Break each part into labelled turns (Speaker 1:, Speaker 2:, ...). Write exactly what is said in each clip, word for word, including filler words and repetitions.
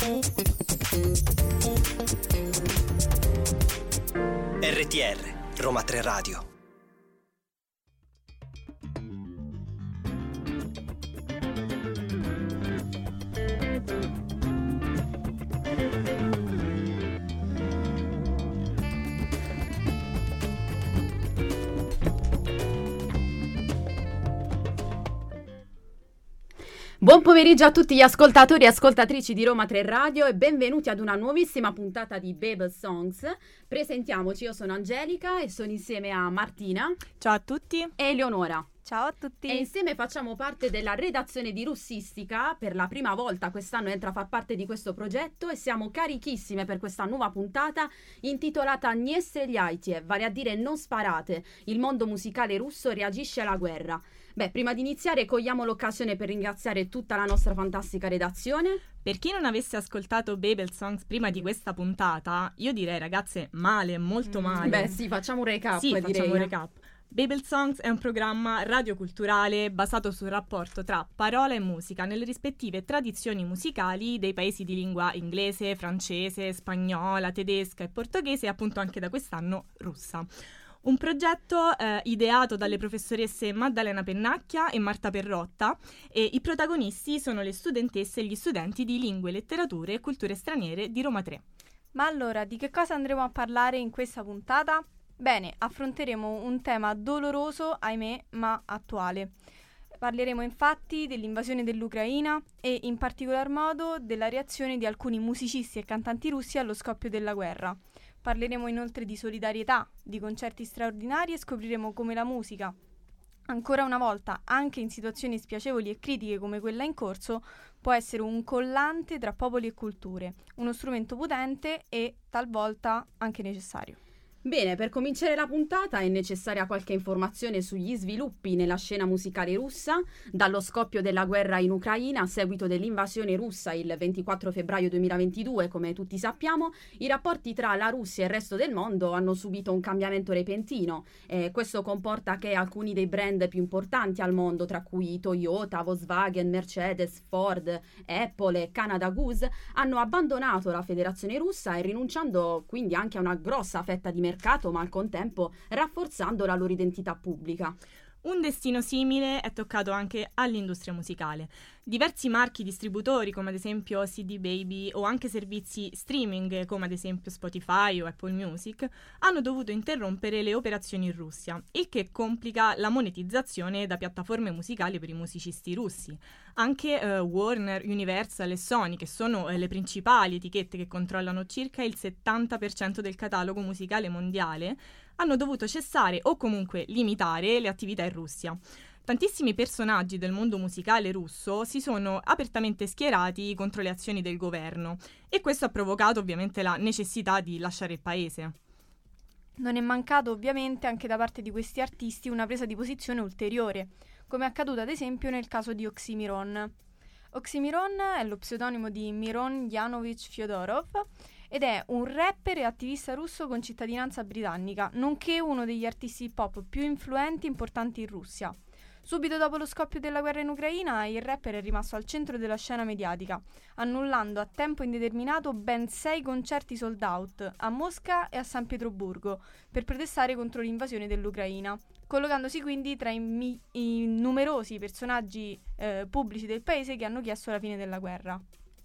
Speaker 1: R T R Roma tre Radio.
Speaker 2: Buon pomeriggio a tutti gli ascoltatori e ascoltatrici di Roma tre Radio e benvenuti ad una nuovissima puntata di Babel Songs. Presentiamoci, io sono Angelica e sono insieme a Martina.
Speaker 3: Ciao a tutti.
Speaker 2: E Eleonora.
Speaker 3: Ciao a tutti.
Speaker 2: E insieme facciamo parte della redazione di Russistica. Per la prima volta quest'anno entra a far parte di questo progetto e siamo carichissime per questa nuova puntata intitolata Nie streliajcie, vale a dire non sparate, il mondo musicale russo reagisce alla guerra. Beh, prima di iniziare cogliamo l'occasione per ringraziare tutta la nostra fantastica redazione.
Speaker 3: Per chi non avesse ascoltato Babel Songs prima di questa puntata, io direi ragazze male, molto male.
Speaker 2: Beh sì, facciamo un recap.
Speaker 3: Sì,
Speaker 2: direi.
Speaker 3: facciamo un recap. Babel Songs è un programma radioculturale basato sul rapporto tra parola e musica nelle rispettive tradizioni musicali dei paesi di lingua inglese, francese, spagnola, tedesca e portoghese e appunto anche da quest'anno russa. Un progetto eh, ideato dalle professoresse Maddalena Pennacchia e Marta Perrotta e i protagonisti sono le studentesse e gli studenti di Lingue, Letterature e Culture Straniere di Roma tre.
Speaker 4: Ma allora, di che cosa andremo a parlare in questa puntata? Bene, affronteremo un tema doloroso, ahimè, ma attuale. Parleremo infatti dell'invasione dell'Ucraina e in particolar modo della reazione di alcuni musicisti e cantanti russi allo scoppio della guerra. Parleremo inoltre di solidarietà, di concerti straordinari e scopriremo come la musica, ancora una volta, anche in situazioni spiacevoli e critiche come quella in corso, può essere un collante tra popoli e culture, uno strumento potente e talvolta anche necessario.
Speaker 2: Bene, per cominciare la puntata è necessaria qualche informazione sugli sviluppi nella scena musicale russa. Dallo scoppio della guerra in Ucraina a seguito dell'invasione russa il ventiquattro febbraio duemilaventidue, come tutti sappiamo, i rapporti tra la Russia e il resto del mondo hanno subito un cambiamento repentino. Eh, questo comporta che alcuni dei brand più importanti al mondo, tra cui Toyota, Volkswagen, Mercedes, Ford, Apple e Canada Goose, hanno abbandonato la Federazione Russa e rinunciando quindi anche a una grossa fetta di mercato, ma al contempo rafforzando la loro identità pubblica.
Speaker 3: Un destino simile è toccato anche all'industria musicale. Diversi marchi distributori, come ad esempio C D Baby o anche servizi streaming come ad esempio Spotify o Apple Music, hanno dovuto interrompere le operazioni in Russia, il che complica la monetizzazione da piattaforme musicali per i musicisti russi. Anche eh, Warner, Universal e Sony, che sono eh, le principali etichette che controllano circa il settanta per cento del catalogo musicale mondiale, hanno dovuto cessare o comunque limitare le attività in Russia. Tantissimi personaggi del mondo musicale russo si sono apertamente schierati contro le azioni del governo e questo ha provocato ovviamente la necessità di lasciare il paese.
Speaker 4: Non è mancato ovviamente anche da parte di questi artisti una presa di posizione ulteriore, come è accaduto ad esempio nel caso di Oxymiron. Oxymiron è lo pseudonimo di Miron Yanovich Fyodorov ed è un rapper e attivista russo con cittadinanza britannica, nonché uno degli artisti hip hop più influenti e importanti in Russia. Subito dopo lo scoppio della guerra in Ucraina, il rapper è rimasto al centro della scena mediatica, annullando a tempo indeterminato ben sei concerti sold out a Mosca e a San Pietroburgo per protestare contro l'invasione dell'Ucraina, collocandosi quindi tra i, mi- i numerosi personaggi eh, pubblici del paese che hanno chiesto la fine della guerra.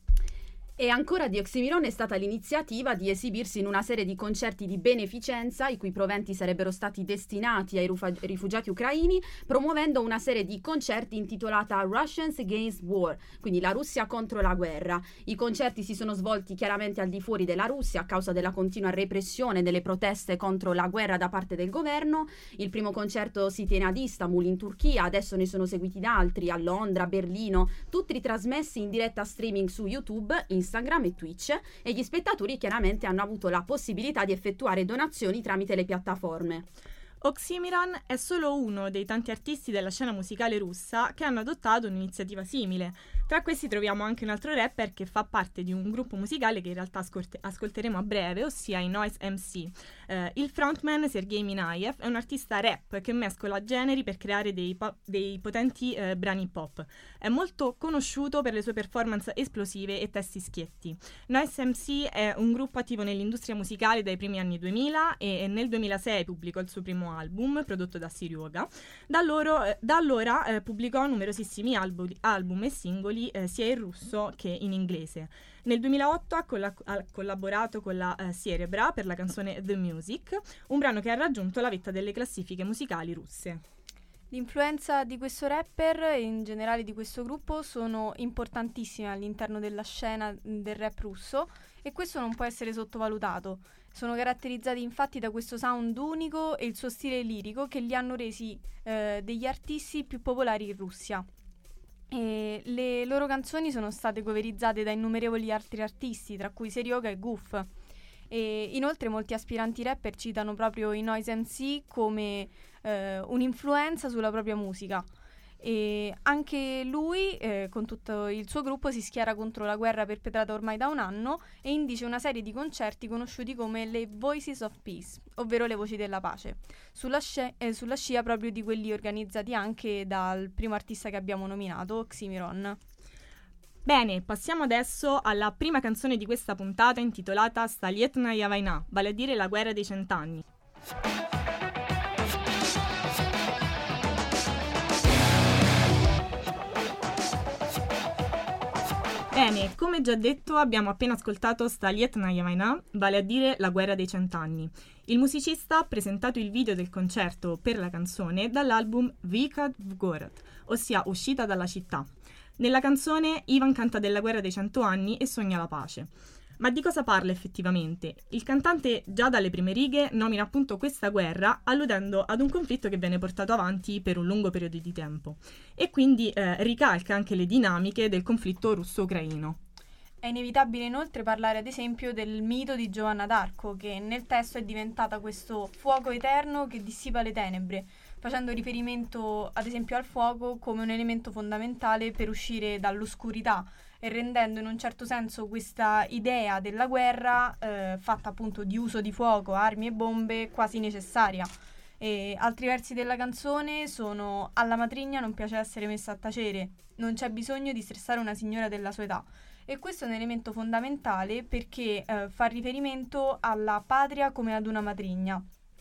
Speaker 2: E ancora di Oxymiron è stata l'iniziativa di esibirsi in una serie di concerti di beneficenza i cui proventi sarebbero stati destinati ai rufa- rifugiati ucraini, promuovendo una serie di concerti intitolata Russians Against War, quindi la Russia contro la guerra. I concerti si sono svolti chiaramente al di fuori della Russia a causa della continua repressione delle proteste contro la guerra da parte del governo. Il primo concerto si tiene ad Istanbul in Turchia, adesso ne sono seguiti altri a Londra, Berlino, tutti trasmessi in diretta streaming su YouTube, Instagram e Twitch, e gli spettatori chiaramente hanno avuto la possibilità di effettuare donazioni tramite le piattaforme.
Speaker 3: Oxymiron è solo uno dei tanti artisti della scena musicale russa che hanno adottato un'iniziativa simile. Tra questi troviamo anche un altro rapper che fa parte di un gruppo musicale che in realtà ascolte- ascolteremo a breve, ossia i Noise M C. Uh, il frontman Sergei Minayev è un artista rap che mescola generi per creare dei, po- dei potenti uh, brani pop. È molto conosciuto per le sue performance esplosive e testi schietti. Noise M C è un gruppo attivo nell'industria musicale dai primi anni duemila e, e nel duemilasei pubblicò il suo primo album prodotto da Sirioga. Da, loro, eh, da allora eh, pubblicò numerosissimi album, album e singoli eh, sia in russo che in inglese. Nel duemilaotto ha, colla- ha collaborato con la uh, Cerebra per la canzone The Music, un brano che ha raggiunto la vetta delle classifiche musicali russe.
Speaker 4: L'influenza di questo rapper e in generale di questo gruppo sono importantissime all'interno della scena del rap russo e questo non può essere sottovalutato. Sono caratterizzati infatti da questo sound unico e il suo stile lirico che li hanno resi eh, degli artisti più popolari in Russia. E le loro canzoni sono state coverizzate da innumerevoli altri artisti, tra cui Serioga e Goof. E inoltre molti aspiranti rapper citano proprio i Noise M C come eh, un'influenza sulla propria musica. E anche lui, eh, con tutto il suo gruppo, si schiera contro la guerra perpetrata ormai da un anno e indice una serie di concerti conosciuti come le Voices of Peace, ovvero le voci della pace, sulla, scia, eh, sulla scia proprio di quelli organizzati anche dal primo artista che abbiamo nominato, Oxymiron.
Speaker 3: Bene, passiamo adesso alla prima canzone di questa puntata intitolata Stalietnaya Vaina, vale a dire la guerra dei cent'anni. Bene, come già detto abbiamo appena ascoltato Stalietnaya Vaina, vale a dire la guerra dei cent'anni. Il musicista ha presentato il video del concerto per la canzone dall'album Vykhod v Gorod, ossia Uscita dalla città. Nella canzone Ivan canta della guerra dei cento anni e sogna la pace. Ma di cosa parla effettivamente? Il cantante già dalle prime righe nomina appunto questa guerra alludendo ad un conflitto che viene portato avanti per un lungo periodo di tempo e quindi eh, ricalca anche le dinamiche del conflitto russo-ucraino.
Speaker 4: È inevitabile inoltre parlare ad esempio del mito di Giovanna d'Arco, che nel testo è diventata questo fuoco eterno che dissipa le tenebre, facendo riferimento ad esempio al fuoco come un elemento fondamentale per uscire dall'oscurità e rendendo in un certo senso questa idea della guerra, eh, fatta appunto di uso di fuoco, armi e bombe, quasi necessaria. E altri versi della canzone sono: alla matrigna non piace essere messa a tacere, non c'è bisogno di stressare una signora della sua età. E questo è un elemento fondamentale perché eh, fa riferimento alla patria come ad una matrigna,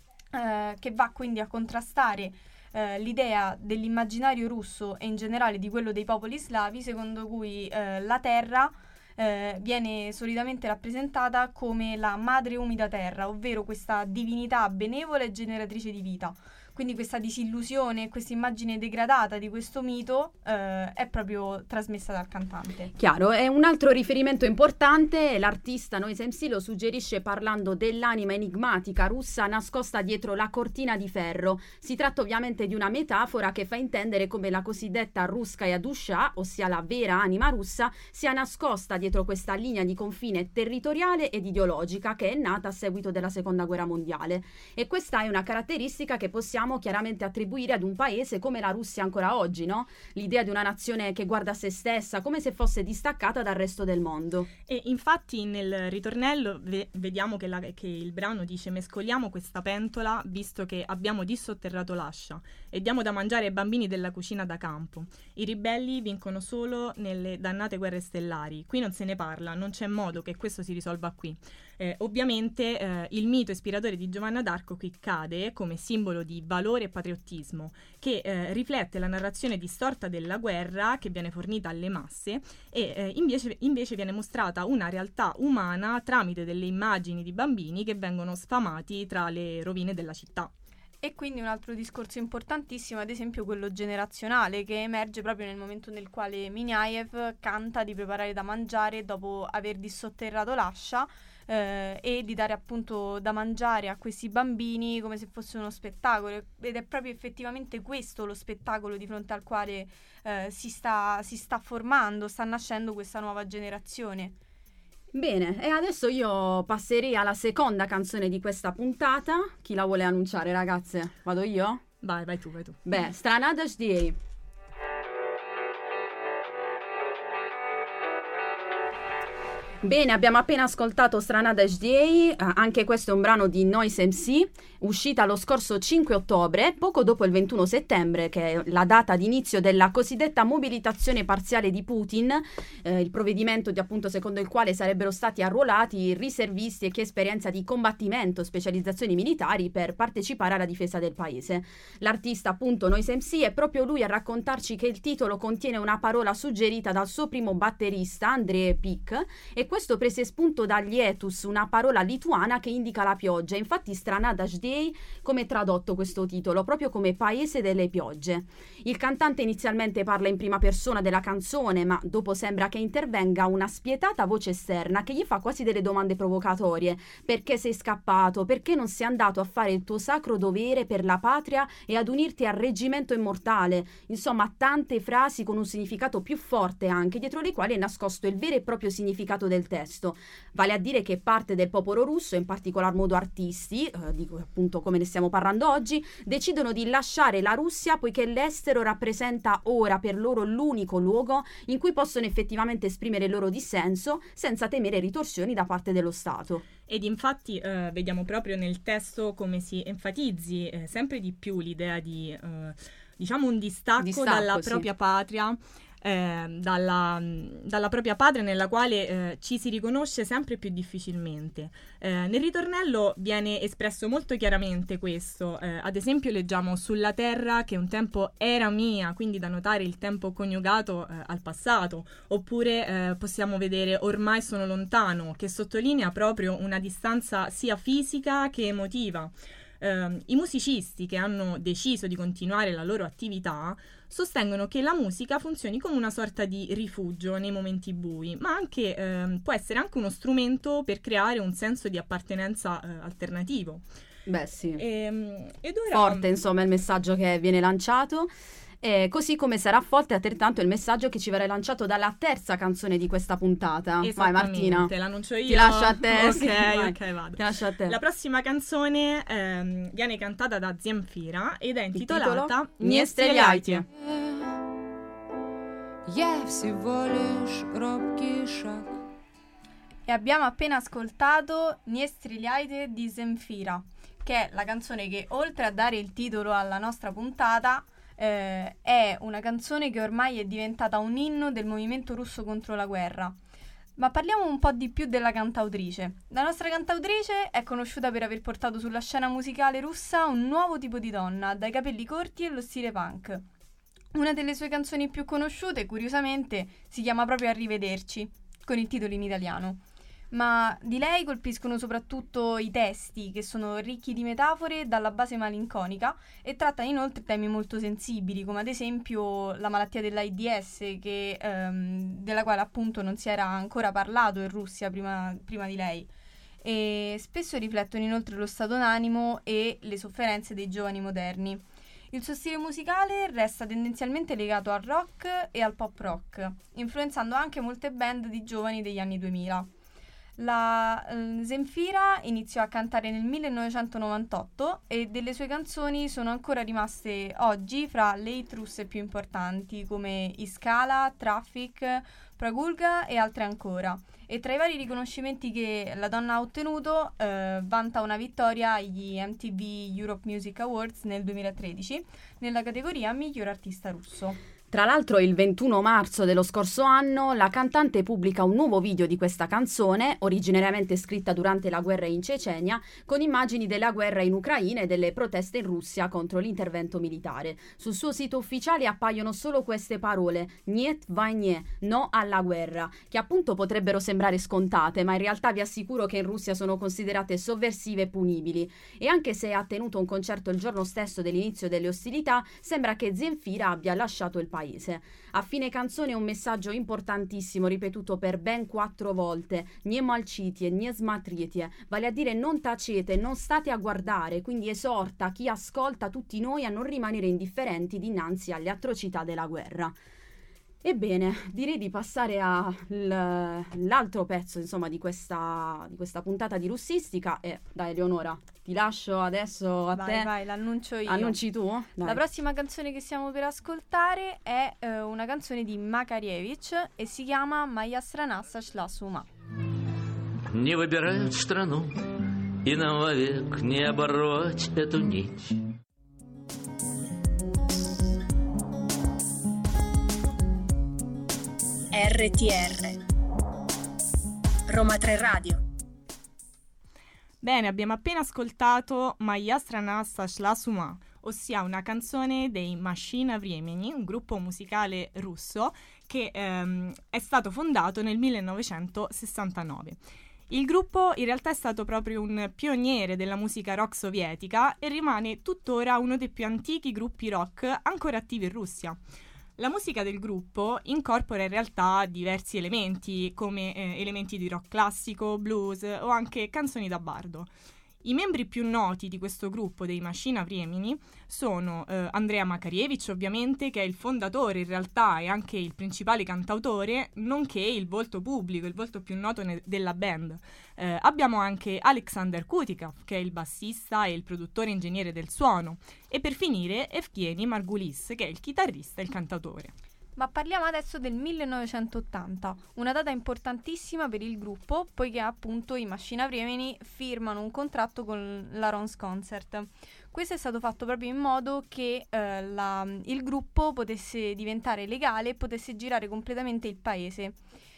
Speaker 4: eh, che va quindi a contrastare eh, l'idea dell'immaginario russo e in generale di quello dei popoli slavi, secondo cui eh, la terra eh, viene solitamente rappresentata come la madre umida terra, ovvero questa divinità benevola e generatrice di vita. Quindi questa disillusione, questa immagine degradata di questo mito eh, è proprio trasmessa dal cantante.
Speaker 2: Chiaro, è un altro riferimento importante, l'artista Noise M C lo suggerisce parlando dell'anima enigmatica russa nascosta dietro la cortina di ferro. Si tratta ovviamente di una metafora che fa intendere come la cosiddetta Russkaya Dusha, ossia la vera anima russa, sia nascosta dietro questa linea di confine territoriale ed ideologica che è nata a seguito della seconda guerra mondiale. E questa è una caratteristica che possiamo chiaramente attribuire ad un paese come la Russia ancora oggi, no? L'idea di una nazione che guarda a se stessa come se fosse distaccata dal resto del mondo.
Speaker 3: E infatti nel ritornello ve- vediamo che, la, che il brano dice: mescoliamo questa pentola visto che abbiamo dissotterrato l'ascia e diamo da mangiare ai bambini della cucina da campo. I ribelli vincono solo nelle dannate guerre stellari. Qui non se ne parla, non c'è modo che questo si risolva qui. Eh, ovviamente eh, il mito ispiratore di Giovanna d'Arco qui cade come simbolo di valore e patriottismo, che eh, riflette la narrazione distorta della guerra che viene fornita alle masse e eh, invece, invece viene mostrata una realtà umana tramite delle immagini di bambini che vengono sfamati tra le rovine della città.
Speaker 4: E quindi un altro discorso importantissimo, ad esempio quello generazionale, che emerge proprio nel momento nel quale Minayev canta di preparare da mangiare dopo aver dissotterrato l'ascia eh, e di dare appunto da mangiare a questi bambini come se fosse uno spettacolo, ed è proprio effettivamente questo lo spettacolo di fronte al quale eh, si sta, si sta formando, sta nascendo questa nuova generazione.
Speaker 2: Bene, e adesso io passerei alla seconda canzone di questa puntata. Chi la vuole annunciare, ragazze? Vado io?
Speaker 3: Vai, vai tu, vai tu.
Speaker 2: Beh, Stranada Jdiei. Bene, abbiamo appena ascoltato Stranada H D A, eh, anche questo è un brano di Noise M C, uscita lo scorso cinque ottobre, poco dopo il ventuno settembre, che è la data di inizio della cosiddetta mobilitazione parziale di Putin, eh, il provvedimento di, appunto secondo il quale sarebbero stati arruolati riservisti e chi ha esperienza di combattimento, specializzazioni militari per partecipare alla difesa del paese. L'artista, appunto Noise M C, è proprio lui a raccontarci che il titolo contiene una parola suggerita dal suo primo batterista, Andrei Pik, e questo prese spunto dagli etus, una parola lituana che indica la pioggia. Infatti Stranada H D A come tradotto questo titolo, proprio come paese delle piogge. Il cantante inizialmente parla in prima persona della canzone, ma dopo sembra che intervenga una spietata voce esterna che gli fa quasi delle domande provocatorie. Perché sei scappato? Perché non sei andato a fare il tuo sacro dovere per la patria e ad unirti al reggimento immortale? Insomma, tante frasi con un significato più forte anche, dietro le quali è nascosto il vero e proprio significato del testo, vale a dire che parte del popolo russo, in particolar modo artisti, eh, di cui appunto come ne stiamo parlando oggi, decidono di lasciare la Russia poiché l'estero rappresenta ora per loro l'unico luogo in cui possono effettivamente esprimere il loro dissenso senza temere ritorsioni da parte dello Stato.
Speaker 3: Ed infatti eh, vediamo proprio nel testo come si enfatizzi eh, sempre di più l'idea di eh, diciamo un distacco,
Speaker 2: distacco
Speaker 3: dalla
Speaker 2: sì.
Speaker 3: propria patria. Eh, dalla, dalla propria patria nella quale eh, ci si riconosce sempre più difficilmente. Eh, nel ritornello viene espresso molto chiaramente questo, eh, ad esempio leggiamo sulla terra che un tempo era mia, quindi da notare il tempo coniugato eh, al passato, oppure eh, possiamo vedere ormai sono lontano, che sottolinea proprio una distanza sia fisica che emotiva. Uh, I musicisti che hanno deciso di continuare la loro attività sostengono che la musica funzioni come una sorta di rifugio nei momenti bui, ma anche uh, può essere anche uno strumento per creare un senso di appartenenza uh, alternativo.
Speaker 2: Beh sì,
Speaker 3: E, ed ora...
Speaker 2: forte insomma il messaggio che viene lanciato. Eh, così come sarà forte altrettanto il messaggio che ci verrà lanciato dalla terza canzone di questa puntata. Vai Martina,
Speaker 3: l'annuncio io.
Speaker 2: Ti lascio a te.
Speaker 3: Ok,
Speaker 2: sì, vai.
Speaker 3: ok, vado.
Speaker 2: Ti lascio a te.
Speaker 3: La prossima canzone ehm, viene cantata da Zemfira ed è intitolata
Speaker 2: «Не стреляйте».
Speaker 4: E abbiamo appena ascoltato «Не стреляйте» di Zemfira, che è la canzone che, oltre a dare il titolo alla nostra puntata, eh, è una canzone che ormai è diventata un inno del movimento russo contro la guerra. Ma parliamo un po' di più della cantautrice. La nostra cantautrice è conosciuta per aver portato sulla scena musicale russa un nuovo tipo di donna, dai capelli corti e lo stile punk. Una delle sue canzoni più conosciute, curiosamente, si chiama proprio Arrivederci, con il titolo in italiano. Ma di lei colpiscono soprattutto i testi, che sono ricchi di metafore dalla base malinconica e trattano inoltre temi molto sensibili, come ad esempio la malattia dell'AIDS, che, ehm, della quale appunto non si era ancora parlato in Russia prima, prima di lei. E spesso riflettono inoltre lo stato d'animo e le sofferenze dei giovani moderni. Il suo stile musicale resta tendenzialmente legato al rock e al pop rock, influenzando anche molte band di giovani degli anni duemila. La eh, Zemfira iniziò a cantare nel millenovecentonovantotto e delle sue canzoni sono ancora rimaste oggi fra le hit russe più importanti, come Iskala, Traffic, Pragulka e altre ancora. E tra i vari riconoscimenti che la donna ha ottenuto, eh, vanta una vittoria agli M T V Europe Music Awards nel duemilatredici nella categoria Miglior Artista Russo.
Speaker 2: Tra l'altro il ventuno marzo dello scorso anno la cantante pubblica un nuovo video di questa canzone, originariamente scritta durante la guerra in Cecenia, con immagini della guerra in Ucraina e delle proteste in Russia contro l'intervento militare. Sul suo sito ufficiale appaiono solo queste parole, Niet vojne, no alla guerra, che appunto potrebbero sembrare scontate, ma in realtà vi assicuro che in Russia sono considerate sovversive e punibili. E anche se ha tenuto un concerto il giorno stesso dell'inizio delle ostilità, sembra che Zemfira abbia lasciato il paese. A fine canzone un messaggio importantissimo ripetuto per ben quattro volte, nie malcitie, nie smatritie, vale a dire non tacete, non state a guardare, quindi esorta chi ascolta tutti noi a non rimanere indifferenti dinanzi alle atrocità della guerra. Ebbene, direi di passare all'altro pezzo, insomma, di questa, di questa puntata di Russistica. E dai, Eleonora, ti lascio adesso a
Speaker 4: vai,
Speaker 2: te.
Speaker 4: Vai, vai, l'annuncio io.
Speaker 2: Annunci tu? Dai.
Speaker 4: La prossima canzone che stiamo per ascoltare è eh, una canzone di Makarievich e si chiama Moja strana sошla s uma.
Speaker 5: не выбирают страну, и нам вовек не оборвать эту нить.
Speaker 1: R T R Roma tre Radio.
Speaker 3: Bene, abbiamo appena ascoltato Moja strana sashla s uma, ossia una canzone dei Machina Времени, un gruppo musicale russo che ehm, è stato fondato nel millenovecentosessantanove. Il gruppo in realtà è stato proprio un pioniere della musica rock sovietica e rimane tuttora uno dei più antichi gruppi rock ancora attivi in Russia. La musica del gruppo incorpora in realtà diversi elementi, come eh, elementi di rock classico, blues o anche canzoni da bardo. I membri più noti di questo gruppo dei Machina Времени sono eh, Andrea Makarievich, ovviamente, che è il fondatore in realtà e anche il principale cantautore, nonché il volto pubblico, il volto più noto ne- della band. Eh, abbiamo anche Alexander Kutikov, che è il bassista e il produttore ingegnere del suono, e per finire Evgeny Margulis, che è il chitarrista e il cantautore.
Speaker 4: Ma parliamo adesso del millenovecentottanta, una data importantissima per il gruppo, poiché appunto i Machina Времени firmano un contratto con la Rons Concert. Questo è stato fatto proprio in modo che eh, la, il gruppo potesse diventare legale e potesse girare completamente il paese.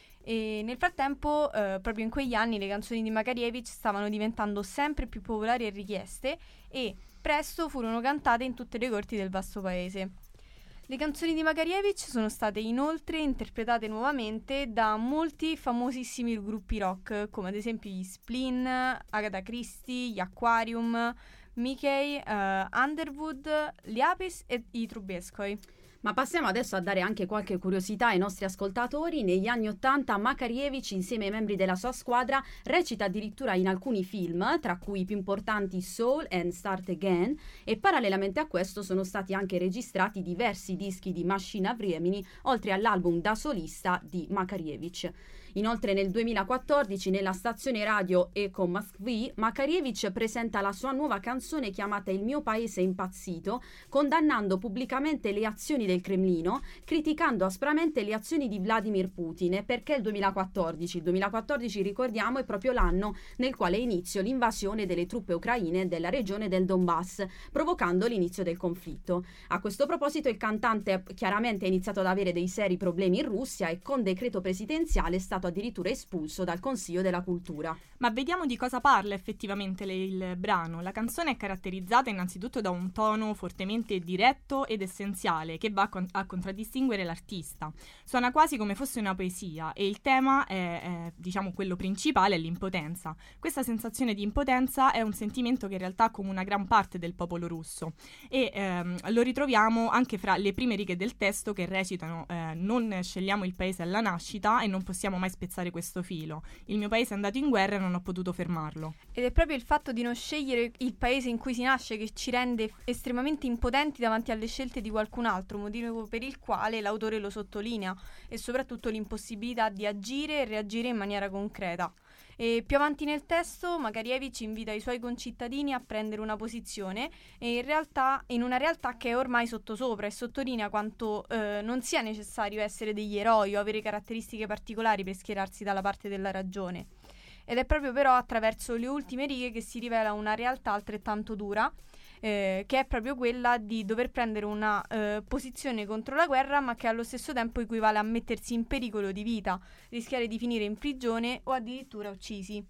Speaker 4: E nel frattempo, eh, proprio in quegli anni, le canzoni di Makarievich stavano diventando sempre più popolari e richieste e presto furono cantate in tutte le corti del vasto paese. Le canzoni di Makarievich sono state inoltre interpretate nuovamente da molti famosissimi gruppi rock, come ad esempio gli Splin, Agatha Christie, gli Aquarium, Mickey, uh, Underwood, gli Apis e i Trubetskoy.
Speaker 2: Ma passiamo adesso a dare anche qualche curiosità ai nostri ascoltatori. Negli anni Ottanta Makarievich, insieme ai membri della sua squadra, recita addirittura in alcuni film, tra cui i più importanti Soul and Start Again, e parallelamente a questo sono stati anche registrati diversi dischi di Machina Времени, oltre all'album da solista di Makarievich. Inoltre nel duemilaquattordici nella stazione radio Eko Moskvy Makarievich presenta la sua nuova canzone chiamata Il mio paese impazzito, condannando pubblicamente le azioni del Cremlino, criticando aspramente le azioni di Vladimir Putin. Perché il duemilaquattordici? Il duemilaquattordici, ricordiamo, è proprio l'anno nel quale inizia l'invasione delle truppe ucraine della regione del Donbass, provocando l'inizio del conflitto. A questo proposito il cantante chiaramente ha iniziato ad avere dei seri problemi in Russia e con decreto presidenziale è stato addirittura espulso dal Consiglio della Cultura.
Speaker 3: Ma vediamo di cosa parla effettivamente le, il brano. La canzone è caratterizzata innanzitutto da un tono fortemente diretto ed essenziale che va a, con- a contraddistinguere l'artista. Suona quasi come fosse una poesia e il tema è, è diciamo quello principale, è l'impotenza. Questa sensazione di impotenza è un sentimento che in realtà accomuna gran parte del popolo russo e ehm, lo ritroviamo anche fra le prime righe del testo che recitano eh, non scegliamo il paese alla nascita e non possiamo mai spezzare questo filo. Il mio paese è andato in guerra e non ho potuto fermarlo.
Speaker 4: Ed è proprio il fatto di non scegliere il paese in cui si nasce che ci rende estremamente impotenti davanti alle scelte di qualcun altro, motivo per il quale l'autore lo sottolinea, e soprattutto l'impossibilità di agire e reagire in maniera concreta. E più avanti nel testo Makarievich invita i suoi concittadini a prendere una posizione e in realtà in una realtà che è ormai sottosopra, e sottolinea quanto eh, non sia necessario essere degli eroi o avere caratteristiche particolari per schierarsi dalla parte della ragione. Ed è proprio però attraverso le ultime righe che si rivela una realtà altrettanto dura, eh, che è proprio quella di dover prendere una eh, posizione contro la guerra, ma che allo stesso tempo equivale a mettersi in pericolo di vita, rischiare di finire in prigione o addirittura uccisi.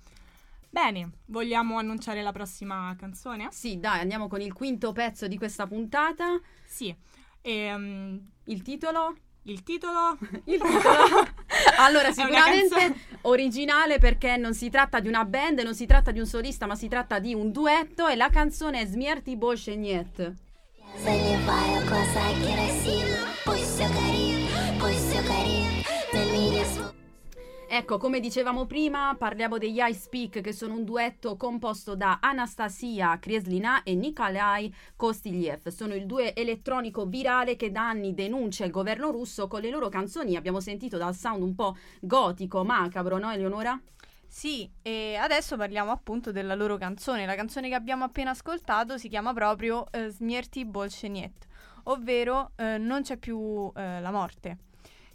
Speaker 3: Bene, vogliamo annunciare la prossima canzone?
Speaker 2: Sì, dai, andiamo con il quinto pezzo di questa puntata.
Speaker 3: Sì. E, um,
Speaker 2: il titolo?
Speaker 3: Il titolo?
Speaker 2: Il titolo? Allora, sicuramente originale, perché non si tratta di una band, non si tratta di un solista, ma si tratta di un duetto, e la canzone è Смерти больше нет.
Speaker 6: Заливаю глаза керосином, пусть все горит, пусть все горит, на меня смотрит.
Speaker 2: Ecco, come dicevamo prima, parliamo degli Ice Peak, che sono un duetto composto da Anastasia Kreslina e Nikolai Kostiliev. Sono il duo elettronico virale che da anni denuncia il governo russo con le loro canzoni. Abbiamo sentito dal sound un po' gotico, macabro, no Eleonora?
Speaker 4: Sì, e adesso parliamo appunto della loro canzone. La canzone che abbiamo appena ascoltato si chiama proprio eh, Смерти больше нет, ovvero eh, non c'è più eh, la morte.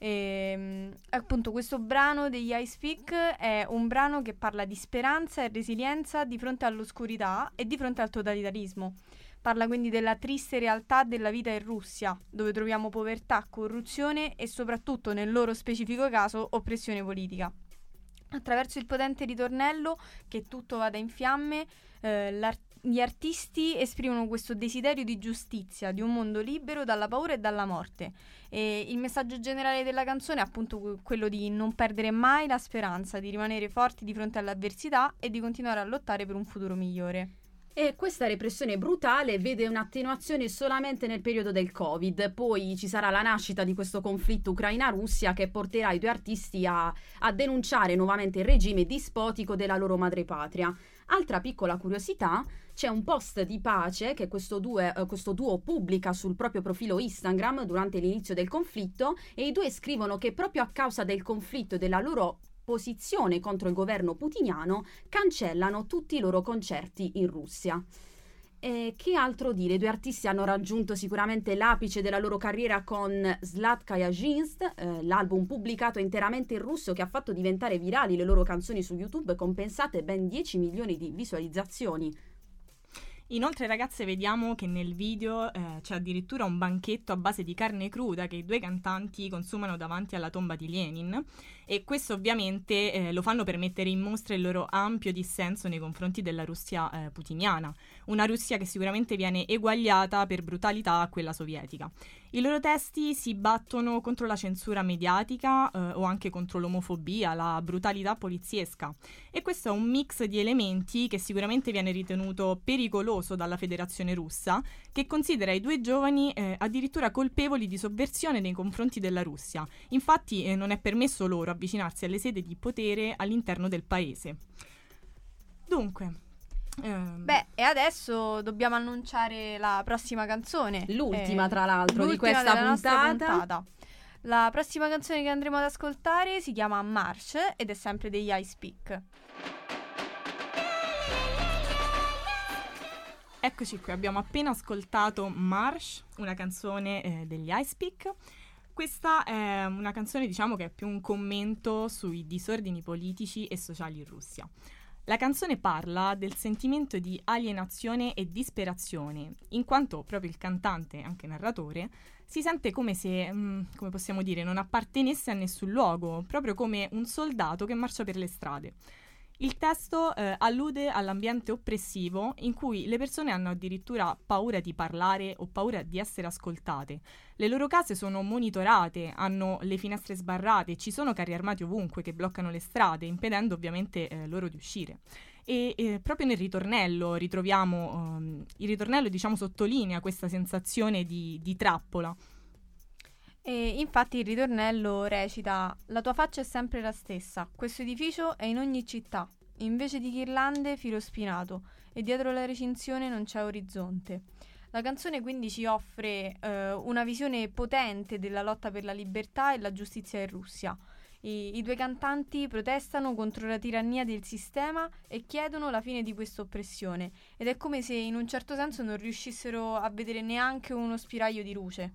Speaker 4: E, appunto questo brano degli Ice Peak è un brano che parla di speranza e resilienza di fronte all'oscurità e di fronte al totalitarismo. Parla quindi della triste realtà della vita in Russia, dove troviamo povertà, corruzione e soprattutto, nel loro specifico caso, oppressione politica. Attraverso il potente ritornello "che tutto vada in fiamme", eh, l'art- gli artisti esprimono questo desiderio di giustizia, di un mondo libero dalla paura e dalla morte. E il messaggio generale della canzone è appunto quello di non perdere mai la speranza, di rimanere forti di fronte all'avversità e di continuare a lottare per un futuro migliore.
Speaker 2: E questa repressione brutale vede un'attenuazione solamente nel periodo del Covid, poi ci sarà la nascita di questo conflitto Ucraina-Russia che porterà i due artisti a, a denunciare nuovamente il regime dispotico della loro madrepatria. Altra piccola curiosità, c'è un post di pace che questo, due, eh, questo duo pubblica sul proprio profilo Instagram durante l'inizio del conflitto, e i due scrivono che proprio a causa del conflitto e della loro posizione contro il governo putiniano cancellano tutti i loro concerti in Russia. E che altro dire? I due artisti hanno raggiunto sicuramente l'apice della loro carriera con Sladkaya Jinst, eh, l'album pubblicato interamente in russo che ha fatto diventare virali le loro canzoni su YouTube, con pensate ben dieci milioni di visualizzazioni.
Speaker 3: Inoltre, ragazze, vediamo che nel video eh, c'è addirittura un banchetto a base di carne cruda che i due cantanti consumano davanti alla tomba di Lenin, e questo ovviamente eh, lo fanno per mettere in mostra il loro ampio dissenso nei confronti della Russia eh, putiniana, una Russia che sicuramente viene eguagliata per brutalità a quella sovietica. I loro testi si battono contro la censura mediatica eh, o anche contro l'omofobia, la brutalità poliziesca, e questo è un mix di elementi che sicuramente viene ritenuto pericoloso dalla Federazione Russa, che considera i due giovani eh, addirittura colpevoli di sovversione nei confronti della Russia. Infatti eh, non è permesso loro avvicinarsi alle sedi di potere all'interno del paese. Dunque, ehm...
Speaker 4: beh, e adesso dobbiamo annunciare la prossima canzone.
Speaker 2: L'ultima,
Speaker 4: eh,
Speaker 2: tra l'altro,
Speaker 4: l'ultima
Speaker 2: di questa
Speaker 4: della nostra
Speaker 2: puntata.
Speaker 4: puntata. La prossima canzone che andremo ad ascoltare si chiama March ed è sempre degli Ice Peak.
Speaker 3: Eccoci qui, abbiamo appena ascoltato March, una canzone eh, degli Ice Peak. Questa è una canzone, diciamo, che è più un commento sui disordini politici e sociali in Russia. La canzone parla del sentimento di alienazione e disperazione, in quanto proprio il cantante, anche narratore, si sente come se, mh, come possiamo dire, non appartenesse a nessun luogo, proprio come un soldato che marcia per le strade. Il testo eh, allude all'ambiente oppressivo in cui le persone hanno addirittura paura di parlare o paura di essere ascoltate. Le loro case sono monitorate, hanno le finestre sbarrate, ci sono carri armati ovunque che bloccano le strade, impedendo ovviamente eh, loro di uscire. E eh, proprio nel ritornello ritroviamo, um, il ritornello diciamo sottolinea questa sensazione di, di trappola.
Speaker 4: E infatti il ritornello recita: la tua faccia è sempre la stessa, questo edificio è in ogni città, invece di ghirlande filo spinato, e dietro la recinzione non c'è orizzonte. La canzone quindi ci offre eh, una visione potente della lotta per la libertà e la giustizia in Russia. I, I due cantanti protestano contro la tirannia del sistema e chiedono la fine di questa oppressione, ed è come se in un certo senso non riuscissero a vedere neanche uno spiraglio di luce.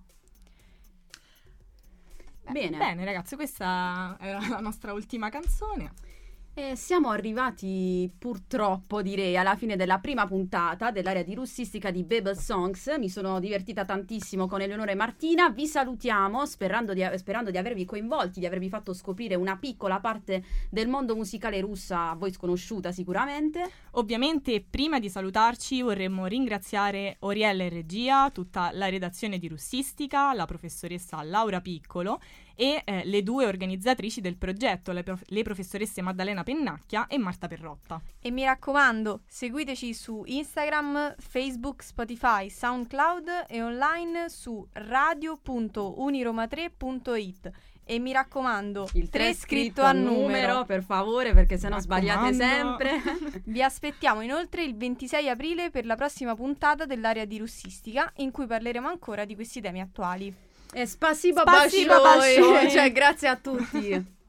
Speaker 2: Bene.
Speaker 3: Bene, ragazzi, questa era la nostra ultima canzone.
Speaker 2: E siamo arrivati purtroppo, direi, alla fine della prima puntata dell'area di russistica di Babel Songs. Mi sono divertita tantissimo con Eleonora e Martina. Vi salutiamo sperando di, sperando di avervi coinvolti, di avervi fatto scoprire una piccola parte del mondo musicale russa a voi sconosciuta sicuramente.
Speaker 3: Ovviamente, prima di salutarci, vorremmo ringraziare Oriella in regia, tutta la redazione di Russistica, la professoressa Laura Piccolo e eh, le due organizzatrici del progetto, le, prof- le professoresse Maddalena Pennacchia e Marta Perrotta.
Speaker 4: E mi raccomando, seguiteci su Instagram, Facebook, Spotify, SoundCloud e online su radio punto uniroma tre punto it. E mi raccomando,
Speaker 2: il
Speaker 4: tre scritto a numero,
Speaker 2: numero, per favore, perché sennò sbagliate sempre.
Speaker 4: Vi aspettiamo inoltre il ventisei aprile per la prossima puntata dell'area di Russistica, in cui parleremo ancora di questi temi attuali.
Speaker 2: E spasibo
Speaker 3: Spasibo
Speaker 2: большое,
Speaker 3: большое.
Speaker 2: cioè grazie a tutti.